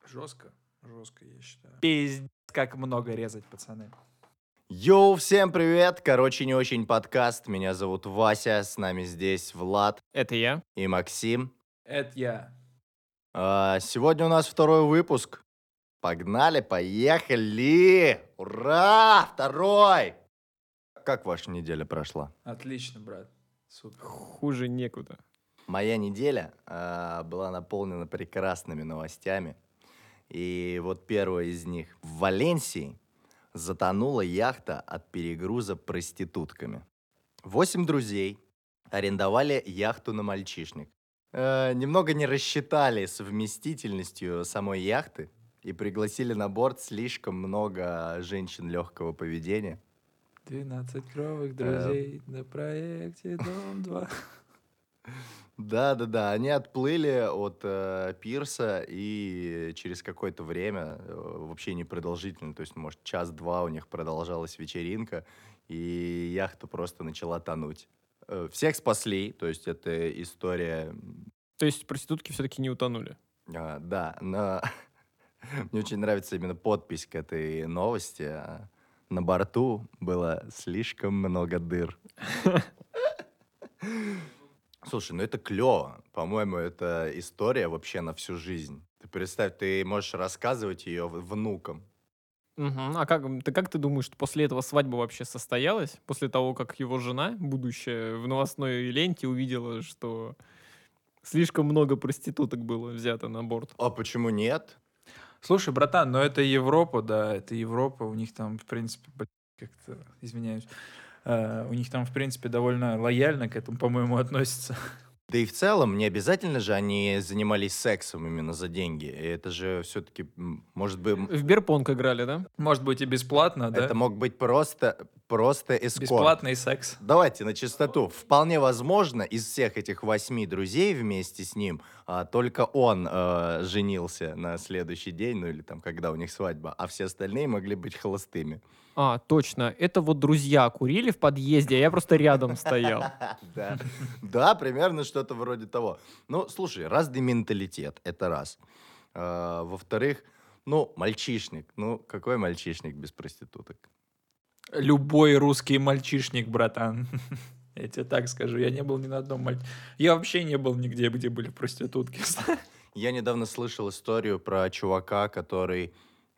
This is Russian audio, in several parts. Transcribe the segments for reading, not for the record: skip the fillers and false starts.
Жестко, жестко, я считаю. Пиздец, как много резать, пацаны. Йоу, всем привет! Короче, не очень подкаст. Меня зовут Вася, с нами здесь Влад Это я. и Максим. Это я. Сегодня у нас второй выпуск. Погнали, поехали! Ура! Второй! Как ваша неделя прошла? Отлично, брат. Супер. Хуже некуда. Моя неделя была наполнена прекрасными новостями. И вот первая из них. В Валенсии затонула яхта от перегруза проститутками. 8 друзей арендовали яхту на мальчишник. Немного не рассчитали с вместительностью самой яхты и пригласили на борт слишком много женщин легкого поведения. 12 кровых друзей на проекте Дом 2. Да, они отплыли от пирса, и через какое-то время, вообще непродолжительно, то есть, может, час-два у них продолжалась вечеринка, и яхта просто начала тонуть. Всех спасли, то есть это история... То есть проститутки все-таки не утонули? Да, но мне очень нравится именно подпись к этой новости. На борту было слишком много дыр. Слушай, ну это клево. По-моему, это история вообще на всю жизнь. Ты представь, ты можешь рассказывать ее внукам. Мгм. А как ты думаешь, что после этого свадьба вообще состоялась? После того, как его жена, будущая, в новостной ленте увидела, что слишком много проституток было взято на борт. А почему нет? Слушай, братан, но это Европа, да, это Европа. У них там, в принципе, как-то, извиняюсь, у них там, в принципе, довольно лояльно к этому, по-моему, относятся. Да и в целом, не обязательно же они занимались сексом именно за деньги. И это же все-таки, может быть, В бирпонг играли, да? Может быть, и бесплатно, да? это мог быть просто эскорт. Бесплатный секс. Давайте на чистоту. Вполне возможно, из всех этих 8 друзей вместе с ним только он женился на следующий день, ну или там, когда у них свадьба, а все остальные могли быть холостыми. А, точно. Это вот друзья курили в подъезде, а я просто рядом стоял. Да, да, примерно что-то вроде того. Ну, слушай, разный менталитет, это раз. Во-вторых, ну, мальчишник. Ну, какой мальчишник без проституток? Любой русский мальчишник, братан. Я тебе так скажу, я не был ни на одном Я вообще не был нигде, где были проститутки. Я недавно слышал историю про чувака, который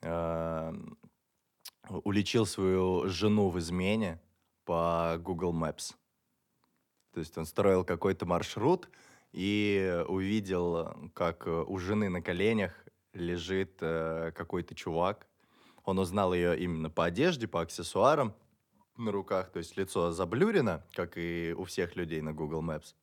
уличил свою жену в измене по Google Maps. То есть он строил какой-то маршрут и увидел, как у жены на коленях лежит какой-то чувак. Он узнал ее именно по одежде, по аксессуарам на руках, то есть лицо заблюрено, как и у всех людей на Google Maps.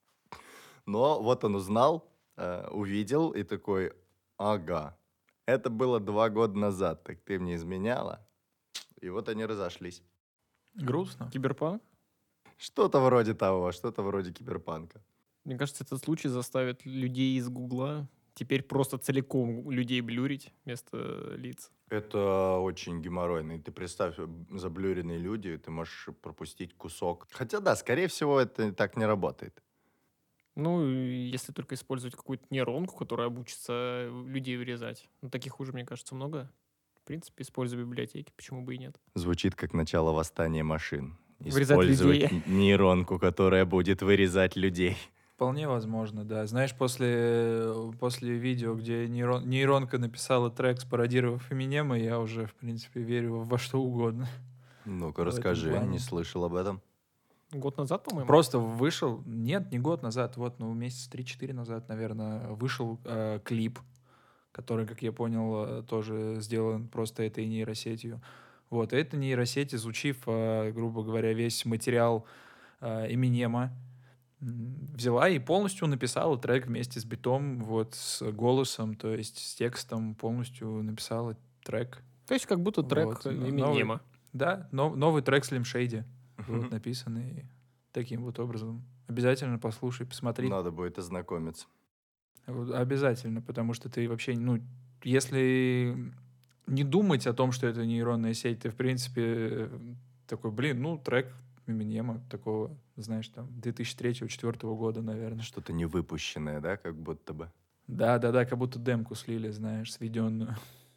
Но вот он узнал, увидел и такой: ага, это было 2 года назад, так ты мне изменяла. И вот они разошлись. Грустно. Киберпанк? Что-то вроде того, что-то вроде киберпанка. Мне кажется, этот случай заставит людей из Гугла теперь просто целиком людей блюрить вместо лиц. Это очень геморройно. И ты представь, заблюренные люди, ты можешь пропустить кусок. Хотя да, скорее всего, это так не работает. Ну, если только использовать какую-то нейронку, которая обучится людей вырезать. Ну, таких уже, мне кажется, много. В принципе, используя библиотеки, почему бы и нет. Звучит как начало восстания машин. Вырезать Использовать людей. нейронку, которая будет вырезать людей. Вполне возможно, да. Знаешь, после видео, где нейронка написала трек, спародировав Эминема, я уже, в принципе, верю во что угодно. Ну-ка, В этом расскажи, плане. не слышал об этом. Год назад, по-моему? Просто вышел, нет, не год назад, вот, ну, месяца 3-4 назад, наверное, вышел клип, который, как я понял, тоже сделан просто этой нейросетью. Вот, эта нейросеть, изучив, грубо говоря, весь материал Эминема, взяла и полностью написала трек вместе с битом, вот, с голосом, то есть с текстом полностью написала трек. То есть как будто трек Вот, Эминема. Да, новый трек Slim Shady, вот, написанный таким вот образом. Обязательно послушай, посмотри. Надо будет ознакомиться. Вот, обязательно, потому что ты вообще, ну, если не думать о том, что это нейронная сеть, ты, в принципе, такой, блин, ну, трек Эминема такого, знаешь, там, 2003-2004 года, наверное. Что-то невыпущенное, да, как будто бы. Да-да-да, как будто демку слили, знаешь, сведенную.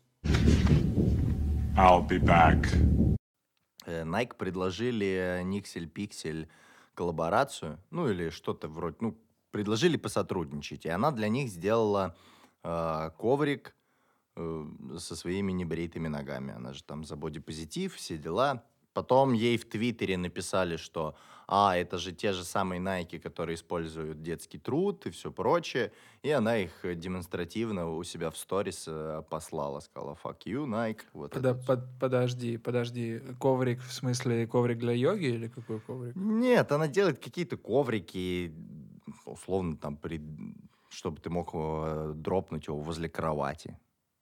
I'll be back. Nike предложили Nixel Pixel коллаборацию, ну или что-то вроде, ну, предложили посотрудничать, и она для них сделала коврик со своими небритыми ногами. Она же там за бодипозитив, все дела. Потом ей в Твиттере написали, что это же те же самые Nike, которые используют детский труд и все прочее. И она их демонстративно у себя в сторис послала. Сказала, fuck you, Nike. Вот это вот. Подожди. Коврик, в смысле коврик для йоги или какой коврик? Нет, она делает какие-то коврики, условно, там, чтобы ты мог дропнуть его возле кровати.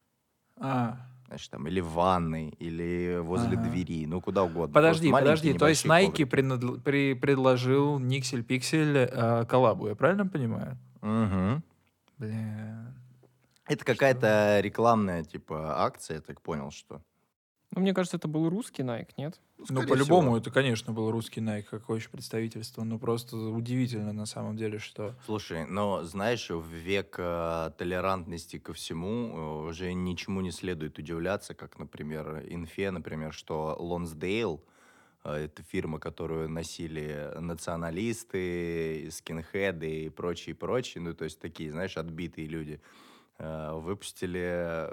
Значит, там, или в ванной, или возле двери, ну, куда угодно. Подожди. То есть небольшие Nike предложил Nixel Pixel коллабу, я правильно понимаю? Мгм. Бля. Это какая-то рекламная, типа, акция, я так понял, что. Ну, мне кажется, это был русский Nike, нет? Ну, скорее по-любому, всего. это, конечно, был русский Nike, какое еще представительство. Ну, просто удивительно, на самом деле, что... Слушай, но знаешь, в век толерантности ко всему уже ничему не следует удивляться, как, например, инфе, например, что Lonsdale, это фирма, которую носили националисты, скинхеды и прочие, ну, то есть такие, знаешь, отбитые люди, выпустили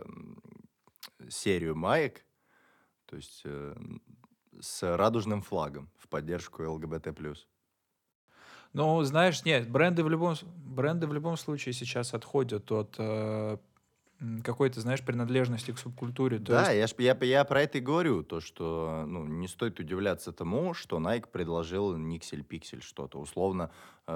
серию маек, то есть с радужным флагом в поддержку ЛГБТ+. Ну, знаешь, нет, бренды в любом случае сейчас отходят от какой-то, знаешь, принадлежности к субкультуре. То Да, есть, я про это и говорю, то, что ну, не стоит удивляться тому, что Nike предложил Nixel Pixel что-то. Условно,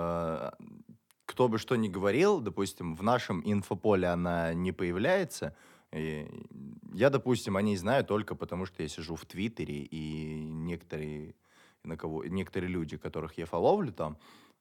кто бы что ни говорил, допустим, в нашем инфополе она не появляется. И я, допустим, о ней знаю только потому, что я сижу в Твиттере, и некоторые люди, которых я фоловлю там,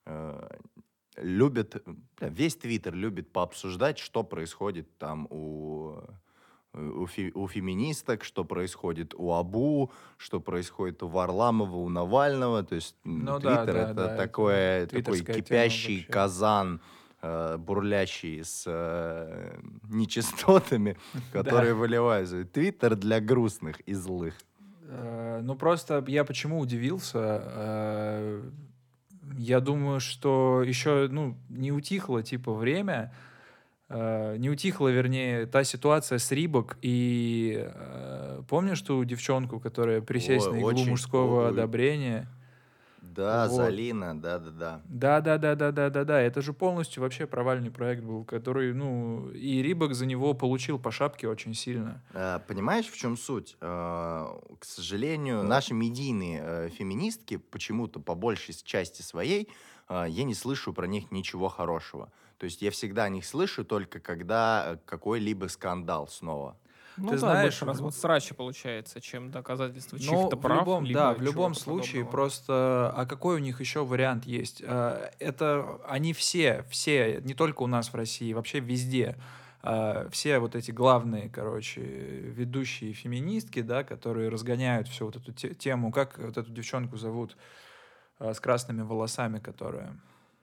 любят, весь Твиттер любит пообсуждать, что происходит там у феминисток, что происходит у Абу, что происходит у Варламова, у Навального. То есть ну да, Твиттер — да, это да, это такой твиттерская тема кипящий вообще. казан, бурлящий с нечистотами, которые выливаются. Твиттер для грустных и злых. Ну, просто я почему удивился? Я думаю, что еще, ну, не утихло, типа, время, не утихла, вернее, та ситуация с Рибок. И помнишь ту девчонку, которая присесть Ой, на иглу очень... мужского одобрения? Да, Вот. Залина, да-да-да. Да. Это же полностью вообще провальный проект был, который, ну, и Рибок за него получил по шапке очень сильно. Понимаешь, в чем суть? К сожалению, наши медийные феминистки почему-то по большей части своей я не слышу про них ничего хорошего. То есть я всегда о них слышу только когда какой-либо скандал снова. Ну Ты да, знаешь, больше развод срача получается, чем доказательство Ну, чьих-то прав, в либо любом чего-то случае, подобного. просто, а какой у них еще вариант есть? Это они все, не только у нас в России, вообще везде, все вот эти главные, короче, ведущие феминистки, да, которые разгоняют всю вот эту тему, как вот эту девчонку зовут, с красными волосами, которая...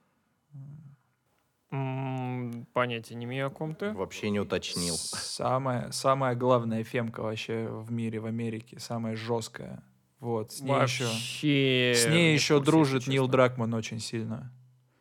Понятия не имею, о ком ты. Вообще не уточнил. Самая главная фемка вообще в мире, в Америке, самая жесткая. Вот, с ней еще... Вообще С ней не в еще курсе, дружит если Нил честно. Дракман очень сильно.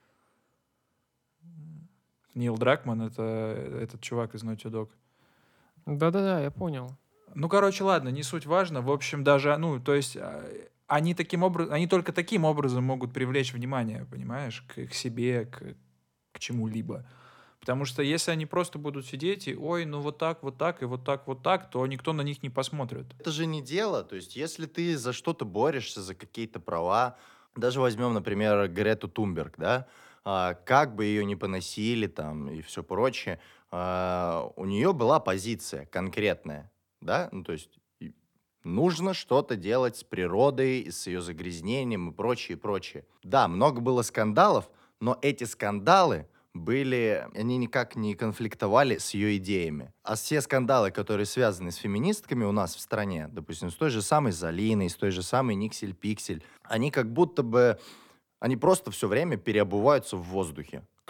Нил Дракман — это этот чувак из Naughty Dog. Да-да-да, я понял. Ну, короче, ладно, не суть важно. В общем, даже, ну, то есть, они только таким образом могут привлечь внимание, понимаешь, к себе, к чему-либо. Потому что если они просто будут сидеть и, ой, ну вот так, и вот так, то никто на них не посмотрит. Это же не дело. То есть если ты за что-то борешься, за какие-то права, даже возьмем, например, Грету Тунберг, да, как бы ее ни поносили там и все прочее, у нее была позиция конкретная, да, ну то есть нужно что-то делать с природой, с ее загрязнением и прочее. Да, много было скандалов, но эти скандалы они никак не конфликтовали с ее идеями. А все скандалы, которые связаны с феминистками у нас в стране, допустим, с той же самой Залиной, с той же самой Никсель Пиксель, они как будто бы, они просто все время переобуваются в воздухе.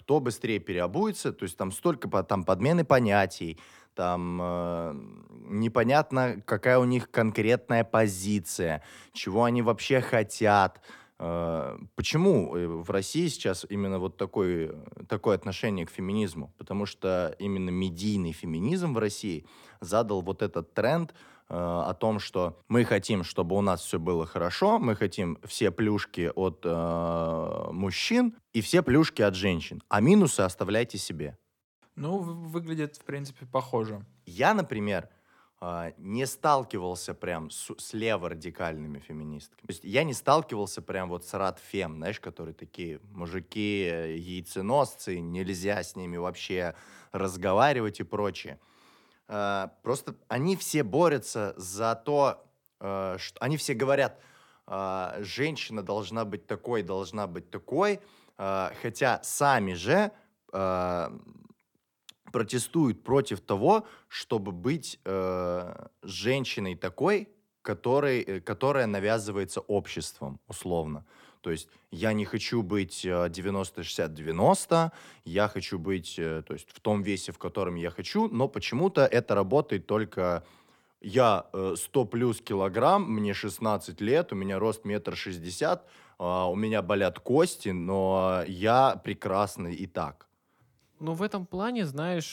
кто быстрее переобуется, то есть там столько там подмены понятий, там непонятно, какая у них конкретная позиция, чего они вообще хотят. Почему в России сейчас именно вот такое отношение к феминизму? Потому что именно медийный феминизм в России задал вот этот тренд о том, что мы хотим, чтобы у нас все было хорошо, мы хотим все плюшки от мужчин и все плюшки от женщин, а минусы оставляйте себе. Ну, выглядит, в принципе, похоже. Я, например, не сталкивался прям с леворадикальными феминистками. То есть я не сталкивался прям вот с радфем, знаешь, которые такие мужики, яйценосцы, нельзя с ними вообще разговаривать и прочее. Просто они все борются за то, что они все говорят, женщина должна быть такой, хотя сами же а, протестуют против того, чтобы быть женщиной такой, которая навязывается обществом, условно. То есть я не хочу быть 90-60-90, я хочу быть то есть в том весе, в котором я хочу, но почему-то это работает только я 100 плюс килограмм, мне 16 лет, у меня рост 1,60 м, у меня болят кости, но я прекрасный и так. Ну, в этом плане, знаешь,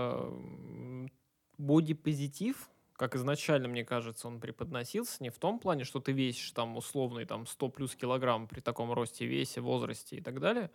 бодипозитив, как изначально, мне кажется, он преподносился, не в том плане, что ты весишь там условный там 100 плюс килограмм при таком росте, весе, возрасте и так далее,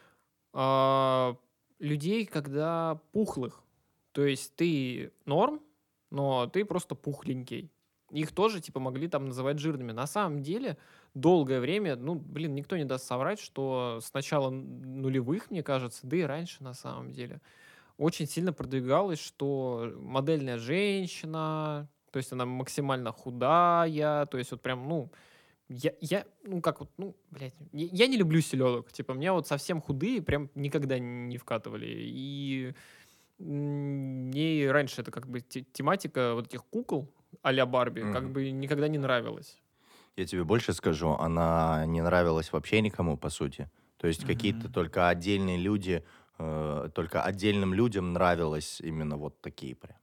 а людей, когда пухлых. То есть ты норм, но ты просто пухленький. Их тоже, типа, могли там называть жирными. На самом деле, долгое время, ну, блин, никто не даст соврать, что с начала нулевых, мне кажется, да и раньше на самом деле, очень сильно продвигалось, что модельная женщина, то есть она максимально худая, то есть вот прям, ну, ну, как вот, ну, блядь, я не люблю селедок, типа, мне вот совсем худые прям никогда не вкатывали, и мне и раньше это как бы тематика вот этих кукол а-ля Барби как Мгм. бы никогда не нравилась. Я тебе больше скажу, она не нравилась вообще никому, по сути. То есть какие-то Мгм. только отдельные люди, только отдельным людям нравилось именно вот такие прям.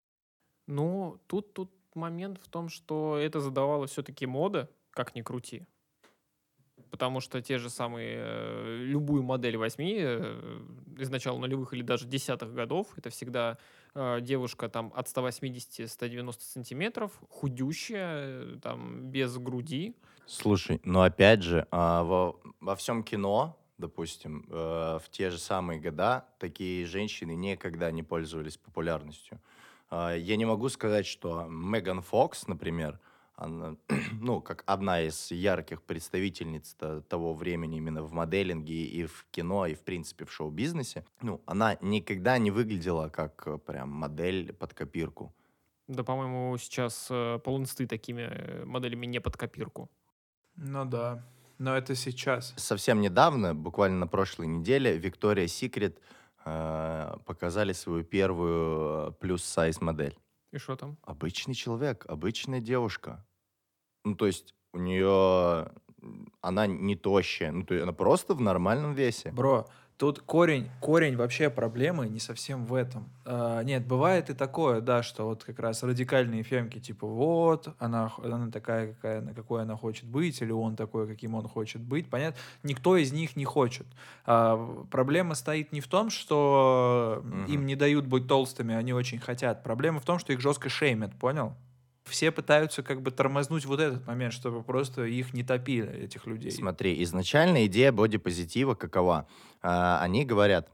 Но тут момент в том, что это задавала все-таки мода, как ни крути. Потому что те же самые, любую модель возьми, из начала нулевых или даже десятых годов, это всегда девушка там от 180-190 сантиметров, худющая, там, без груди. Слушай, но опять же, во всем кино, допустим, в те же самые года такие женщины никогда не пользовались популярностью. Я не могу сказать, что Меган Фокс, например, она, ну, как одна из ярких представительниц того времени именно в моделинге и в кино, и, в принципе, в шоу-бизнесе, ну, она никогда не выглядела как прям модель под копирку. Да, по-моему, сейчас полунсты такими моделями не под копирку. Ну да. Но это сейчас. Совсем недавно, буквально на прошлой неделе, Victoria's Secret показали свою первую плюс-сайз модель. И что там? Обычный человек, обычная девушка. Ну, то есть у нее она не тощая, ну, то есть она просто в нормальном весе. Бро, тут корень вообще проблемы не совсем в этом. Нет, бывает и такое, да, что вот как раз радикальные фемки, типа, вот, она такая, какой она хочет быть, или он такой, каким он хочет быть. Понятно? Никто из них не хочет. Проблема стоит не в том, что Мгм. им не дают быть толстыми, они очень хотят. Проблема в том, что их жестко шеймят, понял? Все пытаются как бы тормознуть вот этот момент, чтобы просто их не топили, этих людей. Смотри, изначально идея бодипозитива какова? Они говорят,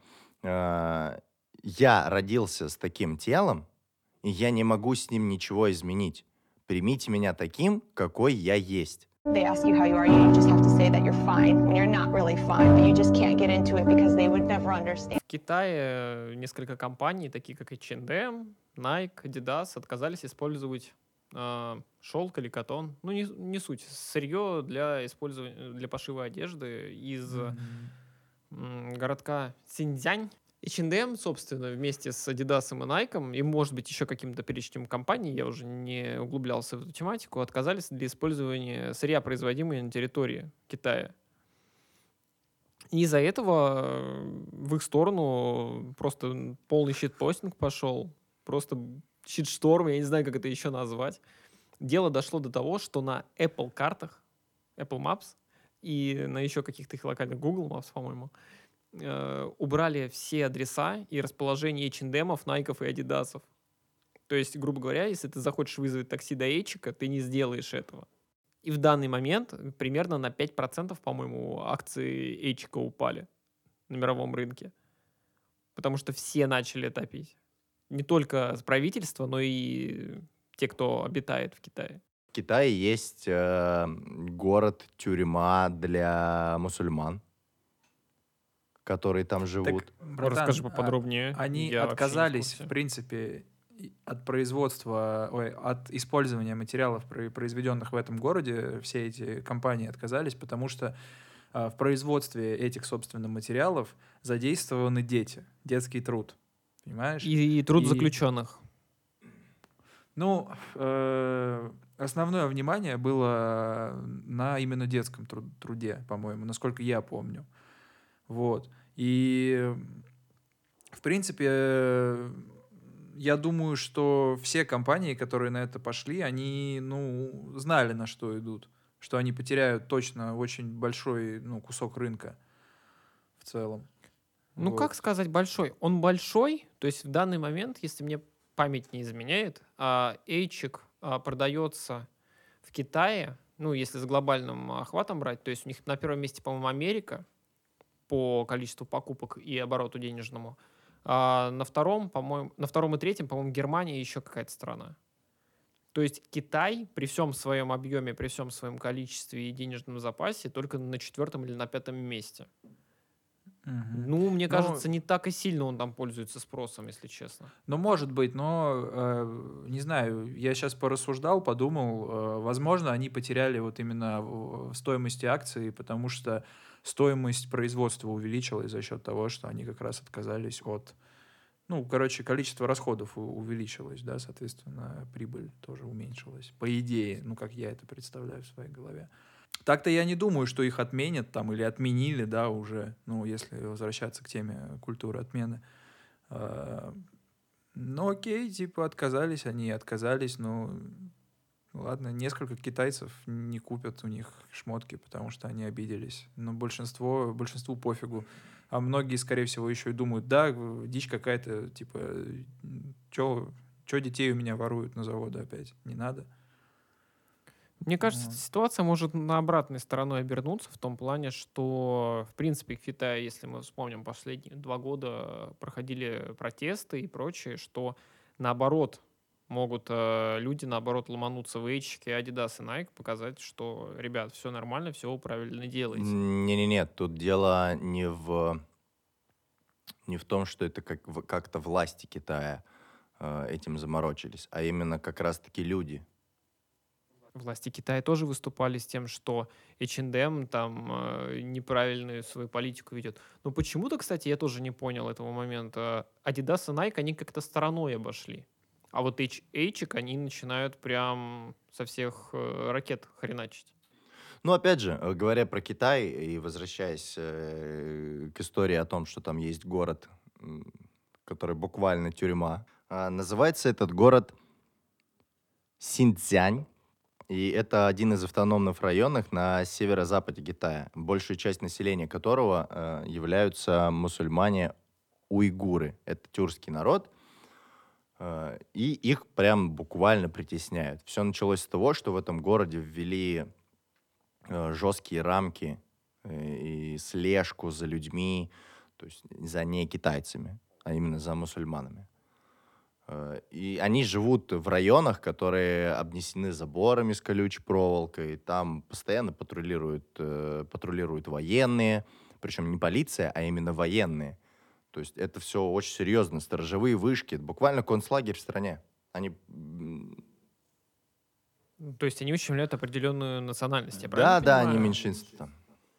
я родился с таким телом, и я не могу с ним ничего изменить. Примите меня таким, какой я есть. They ask you how you are, you just have to say that you're fine when you're not really fine, but you just can't get into it because they would never understand. В Китае несколько компаний, такие как H&M, Nike, Adidas, отказались использовать шелк или катон, ну не суть, сырье для использования, для пошива одежды из городка Синьцзянь. H&M, собственно, вместе с Adidas и Nike, и, может быть, еще каким-то перечнем компаний, я уже не углублялся в эту тематику, отказались для использования сырья, производимого на территории Китая. И из-за этого в их сторону просто полный щитпостинг пошел. Просто щитшторм, я не знаю, как это еще назвать. Дело дошло до того, что на Apple картах, Apple Maps и на еще каких-то их локальных Google Maps, по-моему, убрали все адреса и расположение H&M, Найков и Адидасов. То есть, грубо говоря, если ты захочешь вызвать такси до Эйчика, ты не сделаешь этого. И в данный момент примерно на 5%, по-моему, акции Эйчика упали на мировом рынке. Потому что все начали топить. Не только правительство, но и те, кто обитает в Китае. В Китае есть город-тюрьма для мусульман, которые там живут. Братан, Расскажи поподробнее. Они Я вообще не в отказались, курсе. в принципе, от производства, от использования материалов, произведенных в этом городе. Все эти компании отказались, потому что в производстве этих, собственно, материалов задействованы дети, детский труд. Понимаешь? И труд И- заключенных. Ну, основное внимание было на именно детском труде, по-моему, насколько я помню. Вот. И, в принципе, я думаю, что все компании, которые на это пошли, они, ну, знали, на что идут. Что они потеряют точно очень большой, ну, кусок рынка в целом. Ну, как Вот. сказать большой? Он большой, то есть в данный момент, если мне память не изменяет, Эйчик продается в Китае, ну, если с глобальным охватом брать, то есть у них на первом месте, по-моему, Америка по количеству покупок и обороту денежному, а на втором, по-моему, на втором и третьем, по-моему, Германия и еще какая-то страна. То есть Китай при всем своем объеме, при всем своем количестве и денежном запасе только на 4-м или на 5-м месте. Мгм. Ну, мне Но- кажется, не так и сильно он там пользуется спросом, если честно. Ну, может быть, но не знаю, я сейчас порассуждал, подумал, возможно, они потеряли вот именно в стоимости акций, потому что стоимость производства увеличилась за счет того, что они как раз отказались от, ну, короче, количество расходов увеличилось, да, соответственно, прибыль тоже уменьшилась, по идее, ну, как я это представляю в своей голове. Так-то я не думаю, что их отменят там или отменили, да, уже, ну, если возвращаться к теме культуры отмены. А, Ну, окей, типа, отказались они, и отказались, но ладно, несколько китайцев не купят у них шмотки, потому что они обиделись. Но большинству пофигу. А многие, скорее всего, еще и думают, да, дичь какая-то, типа, чё детей у меня воруют на заводы опять? Не надо. Мне кажется, Вот. ситуация может на обратной стороной обернуться в том плане, что, в принципе, в Китае, если мы вспомним, последние 2 года проходили протесты и прочее, что, наоборот, могут люди, наоборот, ломануться в Эйчике, Adidas и Nike, показать, что, ребят, все нормально, все вы правильно делаете. Не-не-не, тут дело не в том, что это как-то власти Китая этим заморочились, а именно как раз-таки люди. Власти Китая тоже выступали с тем, что H&M там неправильную свою политику ведет. Но почему-то, кстати, я тоже не понял этого момента. Adidas и Nike, они как-то стороной обошли. А вот H&M они начинают прям со всех ракет хреначить. Ну, опять же, говоря про Китай и возвращаясь к истории о том, что там есть город, который буквально тюрьма, называется этот город Синьцзянь. И это один из автономных районов на северо-западе Китая, большую часть населения которого являются мусульмане-уйгуры. Это тюркский народ, и их прям буквально притесняют. Все началось с того, что в этом городе ввели жесткие рамки и слежку за людьми, то есть за не китайцами, а именно за мусульманами. И они живут в районах, которые обнесены заборами с колючей проволокой. Там постоянно патрулируют военные, причем не полиция, а именно военные. То есть это все очень серьезно. Сторожевые вышки. Это буквально концлагерь в стране. Они... То есть они ущемляют определенную национальность, я Да, правильно да, понимаю? они меньшинство.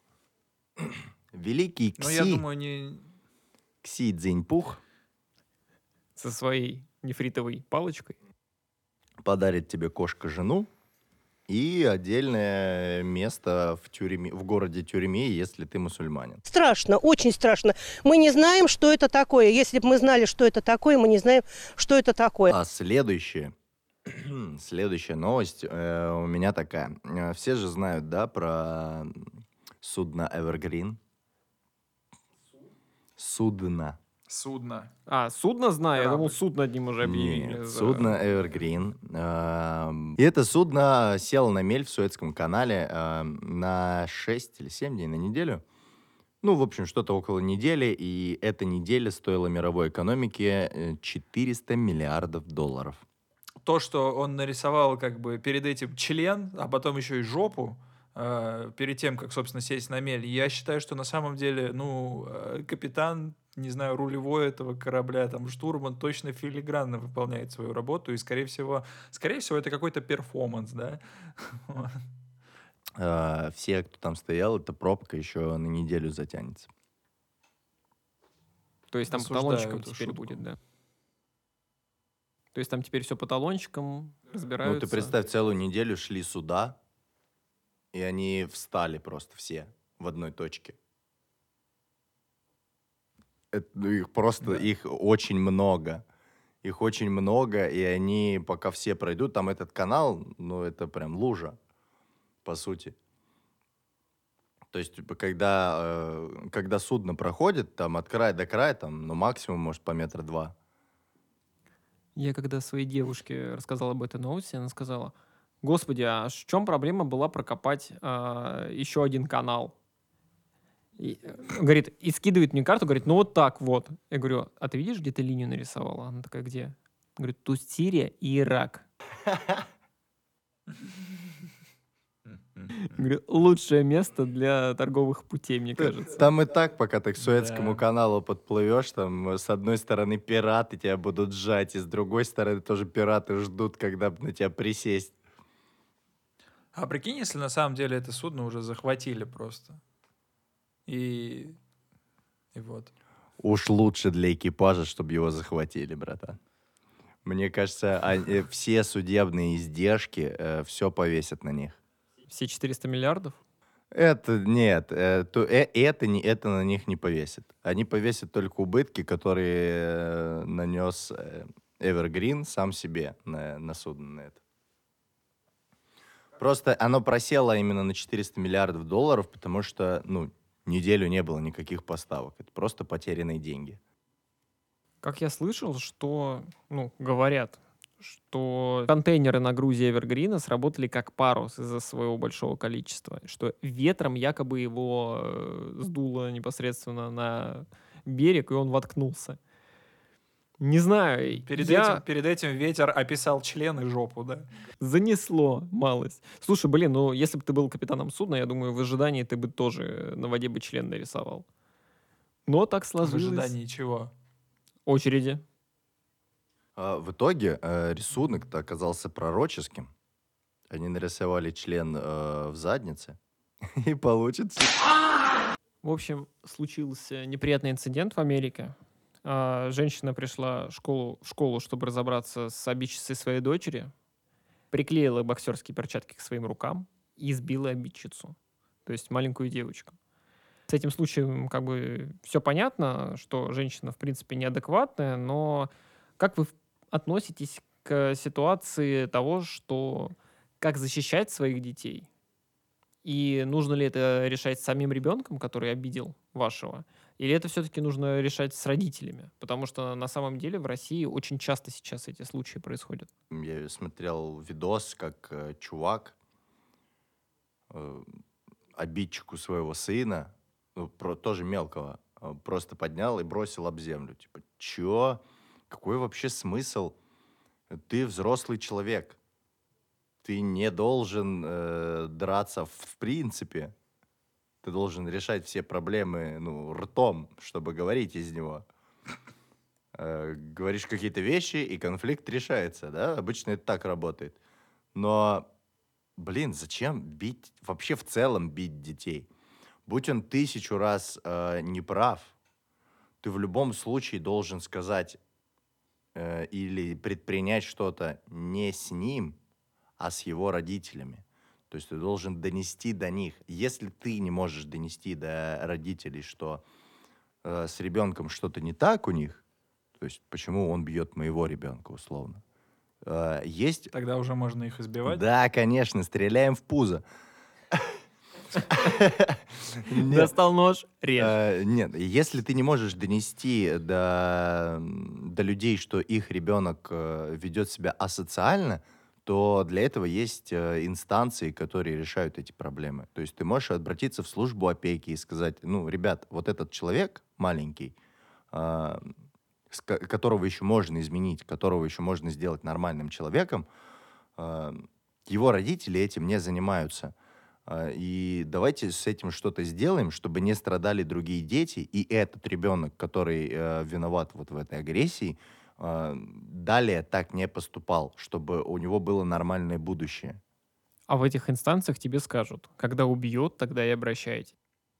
Великий Но я думаю, они... Кси Цзиньпух Со своей нефритовой палочкой. подарит тебе кошка жену, И отдельное место в тюрьме, в городе тюрьме, если ты мусульманин. Страшно, очень страшно. Мы не знаем, что это такое. Если бы мы знали, что это такое, мы не знаем, что это такое. А следующая новость у меня такая. Все же знают, да, про судно Evergreen? Судно. Судно. Судно знаю. Я думал, Корабль. суд над ним уже объявили. Нет, судно Evergreen. И это судно село на мель в Суэцком канале на 6 или 7 дней, на неделю. Ну, в общем, что-то около недели. И эта неделя стоила мировой экономике 400 миллиардов долларов. То, что он нарисовал как бы перед этим член, а потом еще и жопу, перед тем, как, собственно, сесть на мель, я считаю, что на самом деле, капитан, не знаю, рулевой этого корабля, там, штурман точно филигранно выполняет свою работу, и, скорее всего, это какой-то перформанс, да? Все, кто там стоял, эта пробка еще на неделю затянется. То есть там по Осуждаю талончикам эту теперь шутку. будет, да? То есть там теперь все по талончикам разбираются? Ну, ты представь, целую неделю шли суда, и они встали просто все в одной точке. Их очень много. Их очень много, и они, пока все пройдут, там этот канал, это прям лужа, по сути. То есть, типа, когда судно проходит, там, от края до края, там, максимум, может, по 1-2 метра. Я когда своей девушке рассказал об этой новости, она сказала: «Господи, а в чем проблема была прокопать еще один канал?» Говорит, и скидывает мне карту, говорит, вот так вот. Я говорю, а ты видишь, где ты линию нарисовала? Она такая, где? Говорит, тут Сирия и Ирак. Говорю, лучшее место для торговых путей, мне кажется. Там и так, пока ты к Суэцкому Да. каналу подплывешь, там с одной стороны пираты тебя будут сжать, и с другой стороны тоже пираты ждут, когда на тебя присесть. А прикинь, если на самом деле это судно уже захватили просто. И вот. Уж лучше для экипажа, чтобы его захватили, братан. Мне кажется, все судебные издержки, все повесят на них. Все 400 миллиардов? Это на них не повесит. Они повесят только убытки, которые нанес Evergreen сам себе на судно на это. Просто оно просело именно на 400 миллиардов долларов, потому что, неделю не было никаких поставок. Это просто потерянные деньги. Как я слышал, что, говорят, что контейнеры на грузе Эвергрина сработали как парус из-за своего большого количества, что ветром якобы его сдуло непосредственно на берег, и он воткнулся. Не знаю. Перед этим ветер описал член и жопу, да? Занесло малость. Слушай, если бы ты был капитаном судна, я думаю, в ожидании ты бы тоже на воде бы член нарисовал. Но так В сложилось. ожидании чего? Очереди. В итоге рисунок-то оказался пророческим. Они нарисовали член в заднице, и получится. В общем, случился неприятный инцидент в Америке. Женщина пришла в школу, чтобы разобраться с обидчицей своей дочери, приклеила боксерские перчатки к своим рукам и избила обидчицу, то есть маленькую девочку. С этим случаем как бы все понятно, что женщина в принципе неадекватная, но как вы относитесь к ситуации того, что как защищать своих детей? И нужно ли это решать с самим ребенком, который обидел вашего? Или это все-таки нужно решать с родителями? Потому что на самом деле в России очень часто сейчас эти случаи происходят. Я смотрел видос, как чувак обидчику своего сына, тоже мелкого, просто поднял и бросил об землю. Типа, чё? Какой вообще смысл? Ты взрослый человек. Ты не должен драться в принципе. Ты должен решать все проблемы ртом, чтобы говорить из него. Говоришь какие-то вещи, и конфликт решается, да? Обычно это так работает. Но, зачем бить, вообще в целом бить детей? Будь он 1000 раз неправ, ты в любом случае должен сказать или предпринять что-то не с ним, а с его родителями. То есть ты должен донести до них. Если ты не можешь донести до родителей, что с ребенком что-то не так у них, то есть почему он бьет моего ребенка условно, есть... Тогда уже можно их избивать. Да, конечно, стреляем в пузо. Нет. Достал нож, режь. Нет, если ты не можешь донести до людей, что их ребенок ведет себя асоциально, то для этого есть инстанции, которые решают эти проблемы. То есть ты можешь обратиться в службу опеки и сказать, ну, ребят, вот этот человек маленький, которого еще можно изменить, которого еще можно сделать нормальным человеком, его родители этим не занимаются. И давайте с этим что-то сделаем, чтобы не страдали другие дети, и этот ребенок, который виноват вот в этой агрессии, далее так не поступал, чтобы у него было нормальное будущее. А в этих инстанциях тебе скажут, когда убьет, тогда и обращайтесь.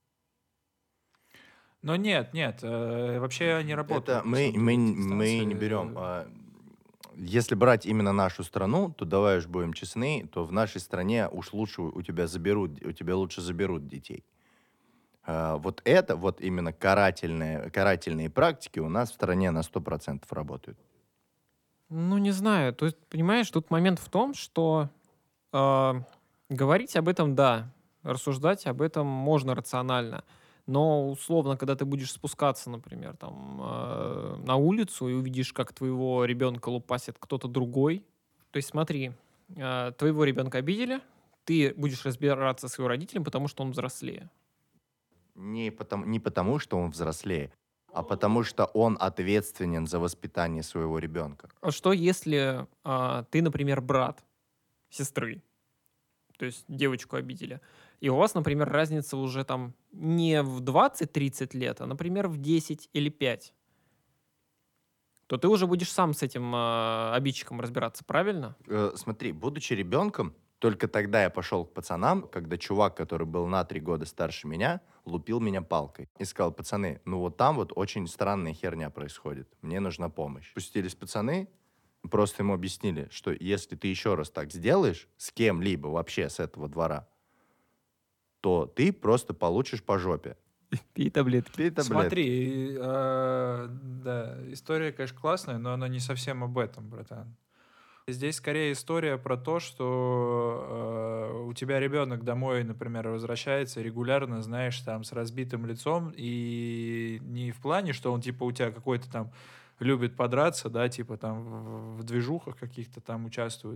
Но нет, вообще не работают. Это мы не берем. Если брать именно нашу страну, то давай уж будем честны, то в нашей стране уж лучше у тебя лучше заберут детей. Вот это, вот именно карательные практики у нас в стране на 100% работают. Ну, не знаю. То есть, понимаешь, тут момент в том, что говорить об этом, да, рассуждать об этом можно рационально. Но, условно, когда ты будешь спускаться, например, там, на улицу и увидишь, как твоего ребенка лупасит кто-то другой. То есть смотри, твоего ребенка обидели, ты будешь разбираться с его родителем, потому что он взрослее. Не потому, что он взрослее, а потому что он ответственен за воспитание своего ребенка. А что если ты, например, брат сестры, то есть девочку обидели, и у вас, например, разница уже там не в 20-30 лет, а, например, в 10 или 5, то ты уже будешь сам с этим обидчиком разбираться, правильно? Смотри, будучи ребенком, только тогда я пошел к пацанам, когда чувак, который был на 3 года старше меня, лупил меня палкой. И сказал, пацаны, ну вот там вот очень странная херня происходит, мне нужна помощь. Спустились пацаны, просто ему объяснили, что если ты еще раз так сделаешь с кем-либо вообще с этого двора, то ты просто получишь по жопе. Пей таблетки. Пей таблетки. Смотри, да, история, конечно, классная, но она не совсем об этом, братан. Здесь скорее история про то, что у тебя ребенок домой, например, возвращается регулярно, знаешь, там, с разбитым лицом, и не в плане, что он, типа, у тебя какой-то там любит подраться, да, типа, там, в движухах каких-то там участвует,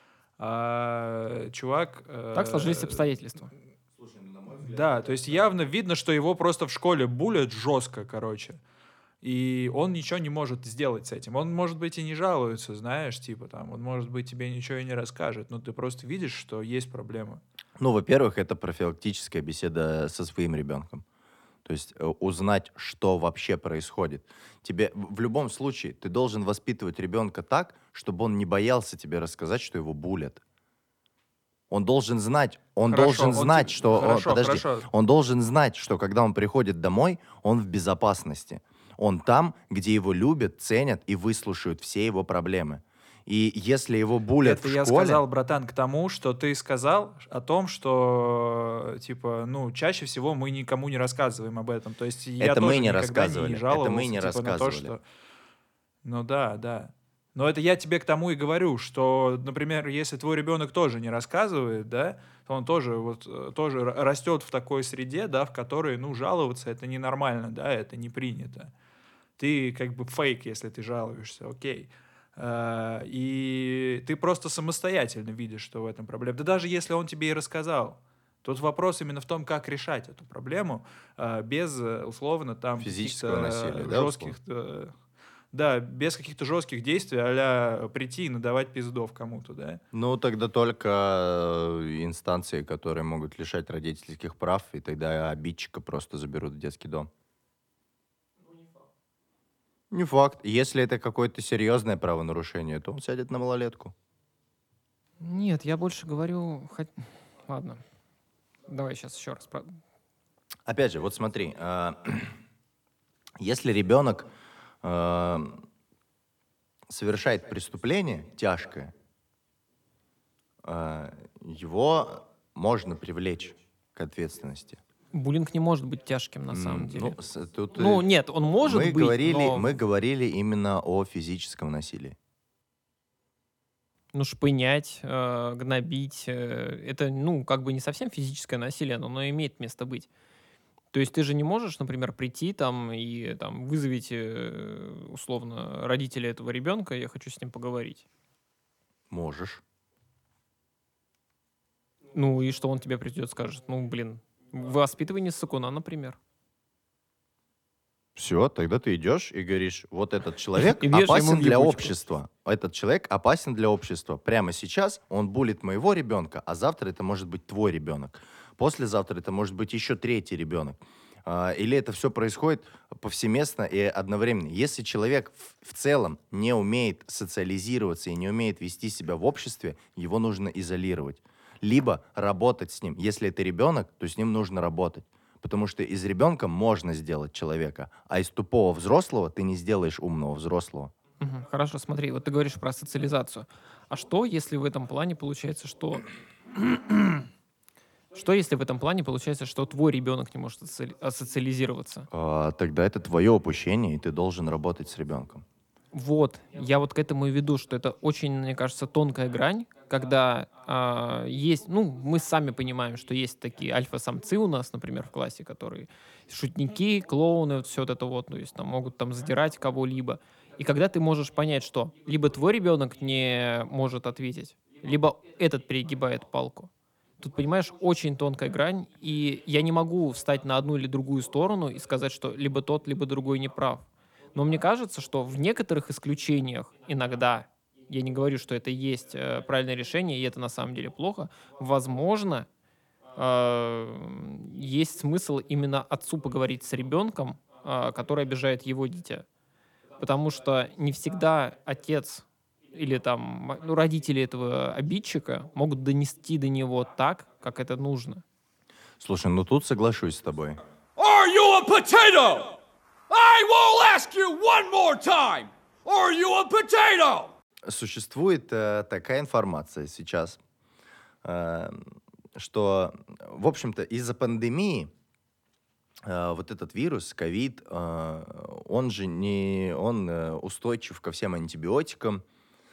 а чувак... Так сложились обстоятельства. Да, то есть явно видно, что его просто в школе булят жестко, короче. И он ничего не может сделать с этим. Он, может быть, и не жалуется, знаешь, типа там, он, может быть, тебе ничего и не расскажет, но ты просто видишь, что есть проблема. Ну, во-первых, это профилактическая беседа со своим ребенком. То есть узнать, что вообще происходит. Тебе в любом случае ты должен воспитывать ребенка так, чтобы он не боялся тебе рассказать, что его булят. Он должен знать, он должен знать, что когда он приходит домой, он в безопасности. Он там, где его любят, ценят и выслушают все его проблемы. И если его булят это в я школе... сказал, братан, к тому, что ты сказал о том, что, типа, ну, чаще всего мы никому не рассказываем об этом. То есть я Это тоже мы не никогда рассказывали. не жаловался, Это мы не типа, на то, рассказывали. что... Ну да, да. Но это я тебе к тому и говорю, что, например, если твой ребенок тоже не рассказывает, да, то он тоже растет в такой среде, да, в которой, ну, жаловаться это ненормально, да, это не принято. Ты как бы фейк, если ты жалуешься, окей. И ты просто самостоятельно видишь, что в этом проблема. Да даже если он тебе и рассказал. Тут вопрос именно в том, как решать эту проблему без, условно, там... Физического насилия, да, жестких... Да, без каких-то жестких действий, а-ля прийти и надавать пиздов кому-то, да? Ну, тогда только инстанции, которые могут лишать родительских прав, и тогда обидчика просто заберут в детский дом. Не факт. Если это какое-то серьезное правонарушение, то он сядет на малолетку. Нет, я больше говорю... Ладно. Давай сейчас еще раз. Опять же, вот смотри. Если ребенок совершает преступление тяжкое, его можно привлечь к ответственности. Буллинг не может быть тяжким на самом деле. Тут, Ну, нет, он может мы быть, говорили, но... мы говорили именно о физическом насилии. Ну, шпынять, гнобить, это, ну, как бы не совсем физическое насилие, но оно имеет место быть. То есть ты же не можешь, например, прийти там и там вызовите, условно, родителя этого ребенка, я хочу с ним поговорить. Можешь. Ну, и что он тебе придет, скажет? Ну, блин, воспитывай сыкуна, например. Все, тогда ты идешь и говоришь, вот этот человек И бьешь ему опасен в для ебучку. общества. Этот человек опасен для общества. Прямо сейчас он булит моего ребенка, а завтра это может быть твой ребенок. Послезавтра это может быть еще третий ребенок. Или это все происходит повсеместно и одновременно. Если человек в целом не умеет социализироваться и не умеет вести себя в обществе, его нужно изолировать. Либо работать с ним. Если это ребенок, то с ним нужно работать. Потому что из ребенка можно сделать человека, а из тупого взрослого ты не сделаешь умного взрослого. Мгм. Хорошо, смотри, вот ты говоришь про социализацию. А что, если в этом плане получается, что... Что, если в этом плане получается, что твой ребенок не может социализироваться? Тогда это твое упущение, и ты должен работать с ребенком. Вот, я вот к этому и веду, что это очень, мне кажется, тонкая грань, когда есть, ну, мы сами понимаем, что есть такие альфа-самцы у нас, например, в классе, которые шутники, клоуны, вот все вот это вот, то есть там могут там задирать кого-либо. И когда ты можешь понять, что либо твой ребенок не может ответить, либо этот перегибает палку. Тут, понимаешь, очень тонкая грань, и я не могу встать на одну или другую сторону и сказать, что либо тот, либо другой не прав. Но мне кажется, что в некоторых исключениях иногда, я не говорю, что это есть правильное решение, и это на самом деле плохо, возможно, есть смысл именно отцу поговорить с ребенком, который обижает его дитя. Потому что не всегда отец или там ну, родители этого обидчика могут донести до него так, как это нужно. Слушай, ну тут соглашусь с тобой. Are you a potato? I will ask you one more time. Are you a potato? Существует такая информация сейчас, что, в общем-то, из-за пандемии вот этот вирус, ковид, он же не, он устойчив ко всем антибиотикам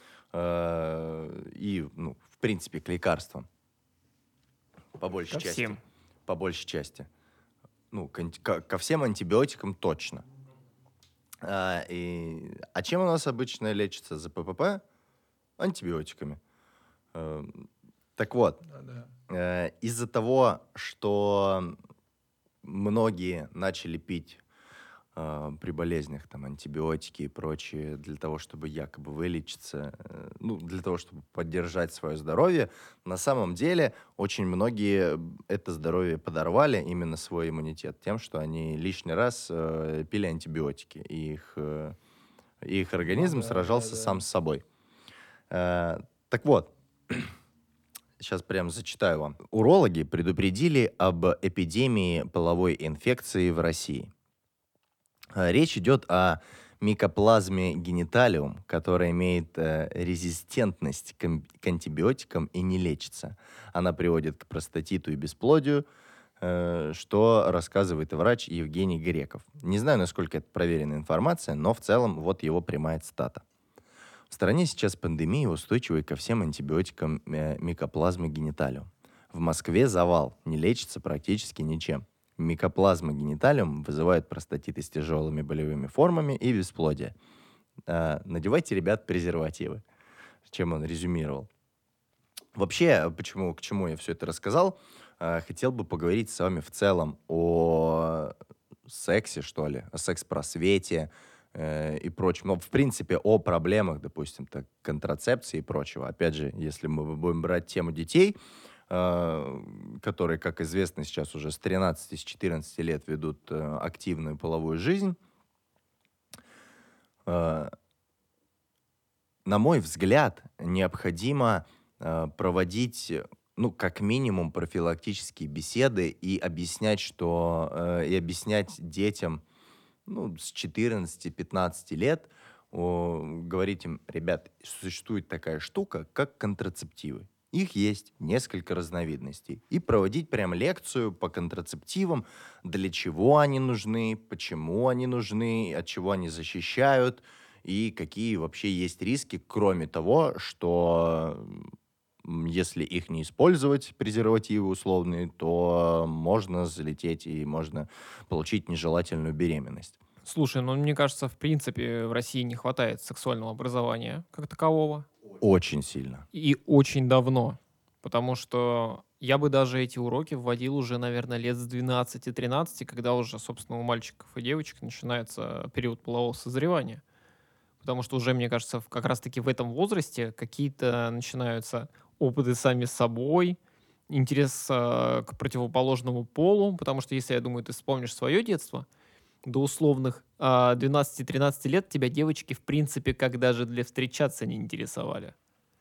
и, ну, в принципе, к лекарствам. По большей Ко части. всем. По большей части. Ну, ко всем антибиотикам точно. А чем у нас обычно лечится ЗППП? Антибиотиками. Так вот, из-за того, что многие начали пить при болезнях там, антибиотики и прочее для того, чтобы якобы вылечиться, ну, для того, чтобы поддержать свое здоровье, на самом деле очень многие это здоровье подорвали, именно свой иммунитет, тем, что они лишний раз пили антибиотики, и их организм сражался сам с собой. Так вот, сейчас прям зачитаю вам. Урологи предупредили об эпидемии половой инфекции в России. Речь идет о микоплазме гениталиум, которая имеет резистентность к антибиотикам и не лечится. Она приводит к простатиту и бесплодию, что рассказывает врач Евгений Греков. Не знаю, насколько это проверенная информация, но в целом вот его прямая цитата. В стране сейчас пандемия, устойчивая ко всем антибиотикам микоплазмы гениталиум. В Москве завал, не лечится практически ничем. Микоплазма гениталиум вызывает простатиты с тяжелыми болевыми формами и бесплодие. Надевайте, ребят, презервативы. Чем он резюмировал. Вообще, к чему я все это рассказал, хотел бы поговорить с вами в целом о сексе, что ли, о секс-просвете и прочем. Но, в принципе, о проблемах, допустим, контрацепции и прочего. Опять же, если мы будем брать тему детей, которые, как известно, сейчас уже с 13-14 лет ведут активную половую жизнь. На мой взгляд, необходимо проводить, ну, как минимум, профилактические беседы и объяснять детям, ну, с 14-15 лет, говорить им, ребят, существует такая штука, как контрацептивы. Их есть несколько разновидностей. И проводить прям лекцию по контрацептивам, для чего они нужны, почему они нужны, от чего они защищают и какие вообще есть риски, кроме того, что если их не использовать, презервативы условные, то можно залететь и можно получить нежелательную беременность. Слушай, ну мне кажется, в принципе, в России не хватает сексуального образования как такового. Очень сильно. И очень давно. Потому что я бы даже эти уроки вводил уже, наверное, лет с 12-13, когда уже, собственно, у мальчиков и девочек начинается период полового созревания. Потому что уже, мне кажется, как раз-таки в этом возрасте какие-то начинаются опыты сами с собой, интерес к противоположному полу. Потому что, если, я думаю, ты вспомнишь свое детство, до условных 12-13 лет тебя девочки, в принципе, как даже для встречаться не интересовали.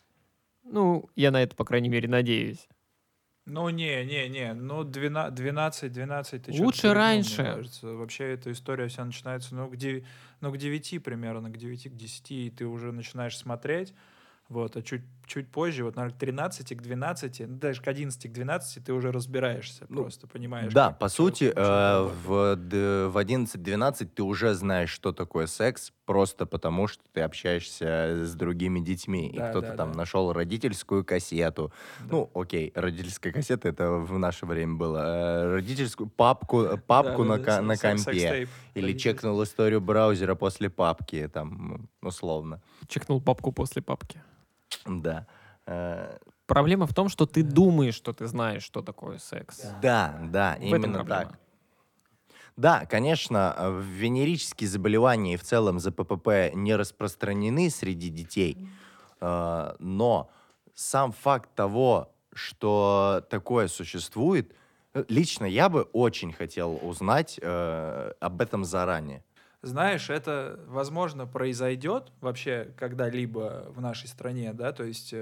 Ну, я на это, по крайней мере, надеюсь. Ну, не, ну, 12, ты что-то Лучше перегнул, мне раньше. кажется. Вообще эта история вся начинается, ну, к 9 примерно, к 9, к 10, и ты уже начинаешь смотреть, вот, а чуть позже, вот, наверное, к 13, к 12, ну, даже к 11, к 12 ты уже разбираешься, Ну, просто понимаешь, Да, как по всё сути, работает. в 11-12 ты уже знаешь, что такое секс, просто потому что ты общаешься с другими детьми, и Да, кто-то да, там да, нашел родительскую кассету. да. Ну, окей, родительская кассета это в наше время было. Родительскую папку на, Да-да-да, на компе. секстейп Или родительский. чекнул историю браузера после папки, там, условно. Чекнул папку после папки. Да. Э, Проблема в том, что ты думаешь, что ты знаешь, что такое секс. Да, В этом именно проблема. так. Да, конечно, венерические заболевания и в целом ЗППП не распространены среди детей, но сам факт того, что такое существует, лично я бы очень хотел узнать об этом заранее. Знаешь, это, возможно, произойдет вообще когда-либо в нашей стране, да, то есть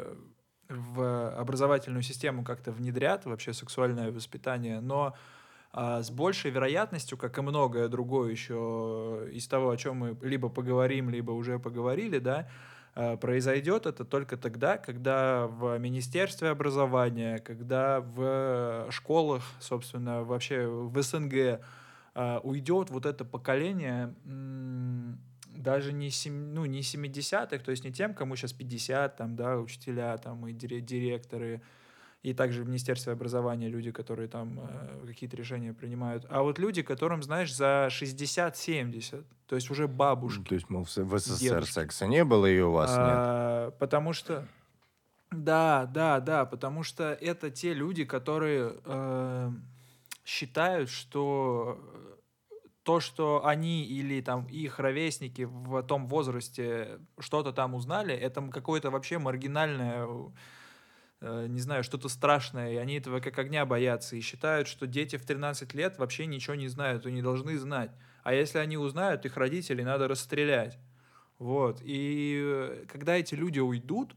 в образовательную систему как-то внедрят вообще сексуальное воспитание, но с большей вероятностью, как и многое другое еще из того, о чем мы либо поговорим, либо уже поговорили, да, произойдет это только тогда, когда в Министерстве образования, когда в школах, собственно, вообще в СНГ уйдет вот это поколение, даже не, ну, не 70-х, то есть не тем, кому сейчас 50, там, да, учителя там, и директоры, и также в Министерстве образования люди, которые там какие-то решения принимают, а вот люди, которым, знаешь, за 60-70, то есть уже То бабушки есть, мол, в и СССР дедушки. секса не было и у вас нет. Потому что, да, потому что это те люди, которые считают, что то, что они или там их ровесники в том возрасте что-то там узнали, это какое-то вообще маргинальное, не знаю, что-то страшное, и они этого как огня боятся, и считают, что дети в 13 лет вообще ничего не знают и не должны знать. А если они узнают, их родителей надо расстрелять. Вот. И когда эти люди уйдут,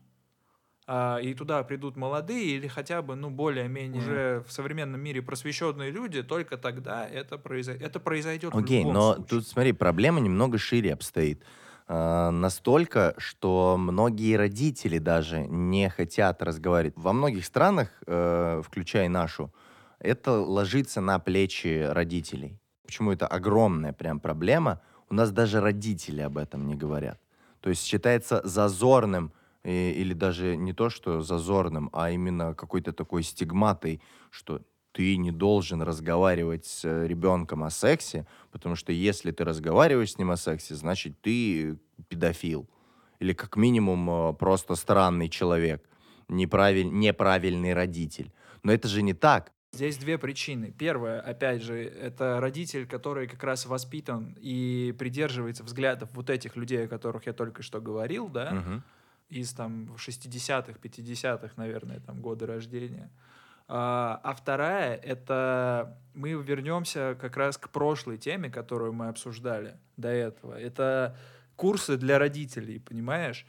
и туда придут молодые или хотя бы, ну, более-менее уже в современном мире просвещенные люди, только тогда это произойдет в Окей, любом но случае. тут, смотри, проблема немного шире обстоит. Настолько, что многие родители даже не хотят разговаривать. Во многих странах, включая нашу, это ложится на плечи родителей. Почему это огромная прям проблема? У нас даже родители об этом не говорят. То есть считается зазорным, или даже не то, что зазорным, а именно какой-то такой стигматой, что ты не должен разговаривать с ребенком о сексе, потому что если ты разговариваешь с ним о сексе, значит, ты педофил. Или как минимум просто странный человек, неправильный родитель. Но это же не так. Здесь две причины. Первая, опять же, это родитель, который как раз воспитан и придерживается взглядов вот этих людей, о которых я только что говорил, да, Мгм. из там 60-х, 50-х, наверное, там годы рождения. А вторая, это мы вернемся как раз к прошлой теме, которую мы обсуждали до этого. Это курсы для родителей, понимаешь?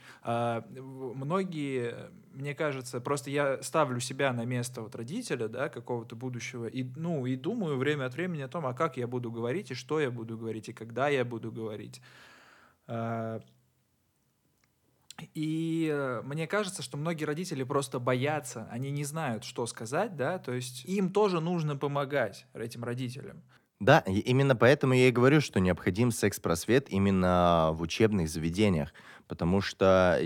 Многие, мне кажется, просто я ставлю себя на место вот родителя, да, какого-то будущего, и, ну, и думаю время от времени о том, а как я буду говорить, и что я буду говорить, и когда я буду говорить. А, И мне кажется, что многие родители просто боятся, они не знают, что сказать, да, то есть им тоже нужно помогать, этим родителям. Да, и именно поэтому я и говорю, что необходим секс-просвет именно в учебных заведениях, потому что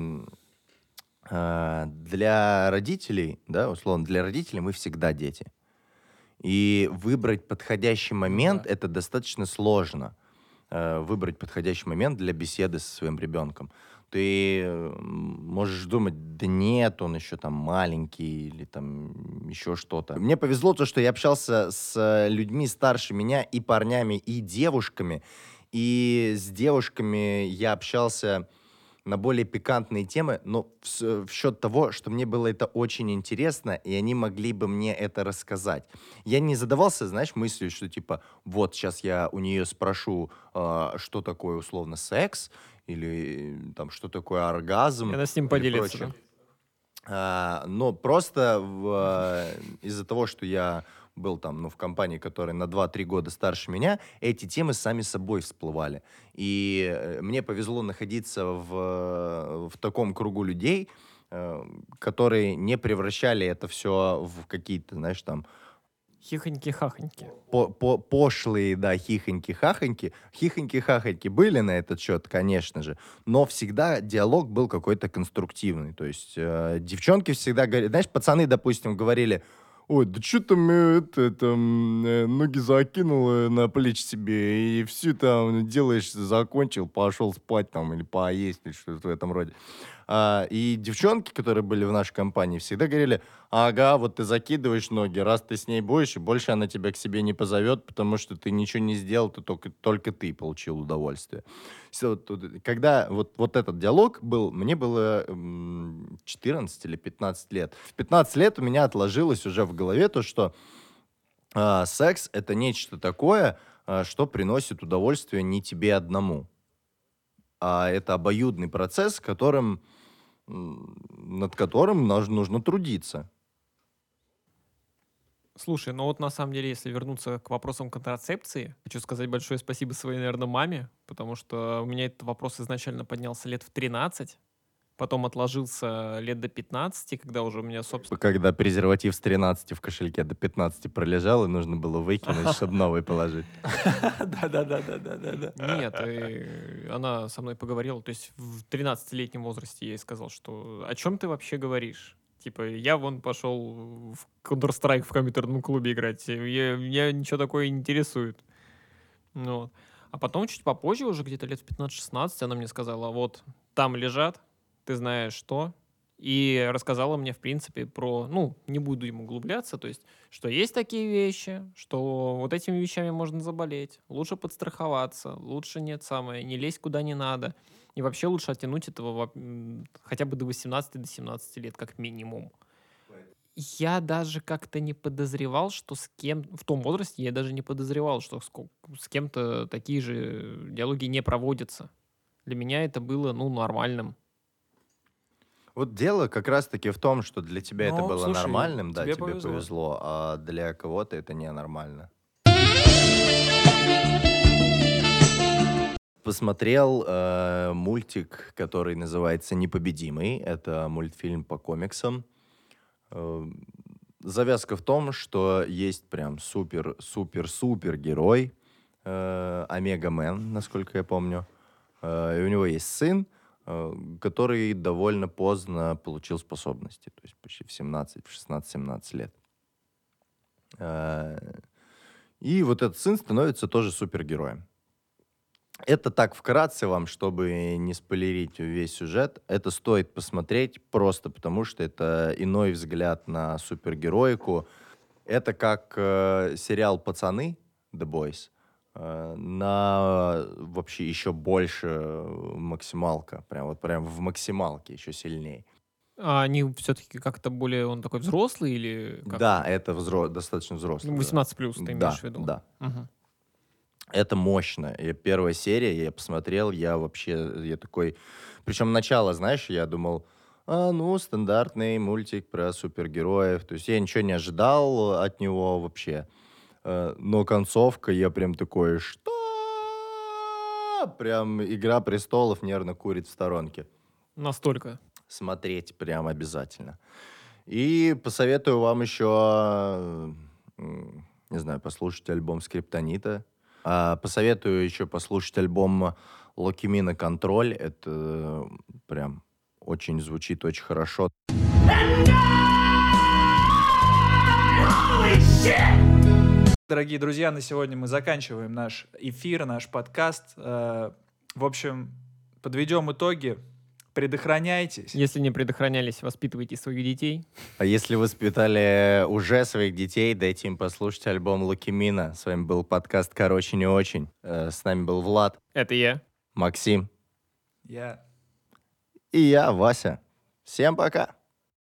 для родителей, да, условно, для родителей мы всегда дети. И выбрать подходящий момент да. это достаточно сложно. Выбрать подходящий момент для беседы со своим ребенком. Ты можешь думать, да нет, он еще там маленький или там еще что-то. Мне повезло то, что я общался с людьми старше меня и парнями, и девушками. И с девушками я общался на более пикантные темы, но в счет того, что мне было это очень интересно, и они могли бы мне это рассказать. Я не задавался, знаешь, мыслью, что типа, вот сейчас я у нее спрошу, что такое условно секс, или там, что такое И оргазм, она с ним или поделится, прочее. да? Но просто из-за того, что я был там, в компании, которая на 2-3 года старше меня, эти темы сами собой всплывали. И мне повезло находиться в таком кругу людей, которые не превращали это все в какие-то, знаешь, там, Хихоньки-хахоньки. пошлые, да, хихоньки-хахоньки. Хихоньки-хахоньки были на этот счет, конечно же, но всегда диалог был какой-то конструктивный. То есть девчонки всегда говорили, знаешь, пацаны, допустим, говорили, ой, да что там, ноги закинул на плечи себе, и все там делаешь, закончил, пошел спать там, или поесть, или что-то в этом роде. И девчонки, которые были в нашей компании, всегда говорили, ага, вот ты закидываешь ноги, раз ты с ней будешь, и больше она тебя к себе не позовет, потому что ты ничего не сделал, то только ты получил удовольствие. Когда вот этот диалог был, мне было 14 или 15 лет. В 15 лет у меня отложилось уже в голове то, что секс — это нечто такое, что приносит удовольствие не тебе одному, а это обоюдный процесс, над которым нужно трудиться. Слушай, ну вот на самом деле, если вернуться к вопросам контрацепции, хочу сказать большое спасибо своей, наверное, маме, потому что у меня этот вопрос изначально поднялся лет в 13, потом отложился лет до 15, когда уже у меня, собственно... Когда презерватив с 13 в кошельке до 15 пролежал, и нужно было выкинуть, чтобы новый положить. Да-да-да-да-да-да. Нет, и она со мной поговорила, то есть в 13-летнем возрасте я ей сказал, что о чем ты вообще говоришь? Типа, я вон пошел в Counter-Strike в компьютерном клубе играть, меня ничего такое не интересует. Ну, вот. А потом чуть попозже, уже где-то лет в 15-16, она мне сказала, вот, там лежат, ты знаешь что, и рассказала мне, в принципе, про, ну, не буду им углубляться, то есть, что есть такие вещи, что вот этими вещами можно заболеть, лучше подстраховаться, лучше не лезть куда не надо, и вообще лучше оттянуть этого хотя бы до 18-17 лет, как минимум. Я даже как-то не подозревал, что в том возрасте я даже не подозревал, что с кем-то такие же диалоги не проводятся. Для меня это было, ну, нормальным. Вот дело как раз-таки в том, что для тебя это Ну, было слушай, нормальным, да, тебе тебе повезло. повезло, а для кого-то это ненормально. Посмотрел мультик, который называется «Непобедимый». Это мультфильм по комиксам. Завязка в том, что есть прям супер-супер-супер герой, Омега-мен, насколько я помню. И у него есть сын, который довольно поздно получил способности, то есть почти в 17, в 16-17 лет. И вот этот сын становится тоже супергероем. Это так вкратце вам, чтобы не спойлерить весь сюжет. Это стоит посмотреть просто потому, что это иной взгляд на супергероику. Это как сериал «Пацаны», The Boys, на вообще еще больше максималка. Прям в максималке еще сильнее. А они все-таки как-то более, он такой взрослый или как? Да, это достаточно взрослый. Ну, 18 плюс, ты имеешь в виду? Да. Мгм. Это мощно. И первая серия, я посмотрел, я такой... Причем начало, знаешь, я думал, стандартный мультик про супергероев. То есть я ничего не ожидал от него вообще. Но концовка, я прям такой, что? Прям «Игра престолов» нервно курит в сторонке. Настолько. Смотреть прям обязательно. И посоветую вам еще, не знаю, послушать альбом Скриптонита. Посоветую еще послушать альбом Локимина «Контроль». Это прям очень звучит очень хорошо. Дорогие друзья, на сегодня мы заканчиваем наш эфир, наш подкаст. В общем, подведем итоги. Предохраняйтесь. Если не предохранялись, воспитывайте своих детей. А если воспитали уже своих детей, дайте им послушать альбом Локимина. С вами был подкаст «Короче, не очень». С нами был Влад, Это я. Максим Я... и я, Вася. Всем пока!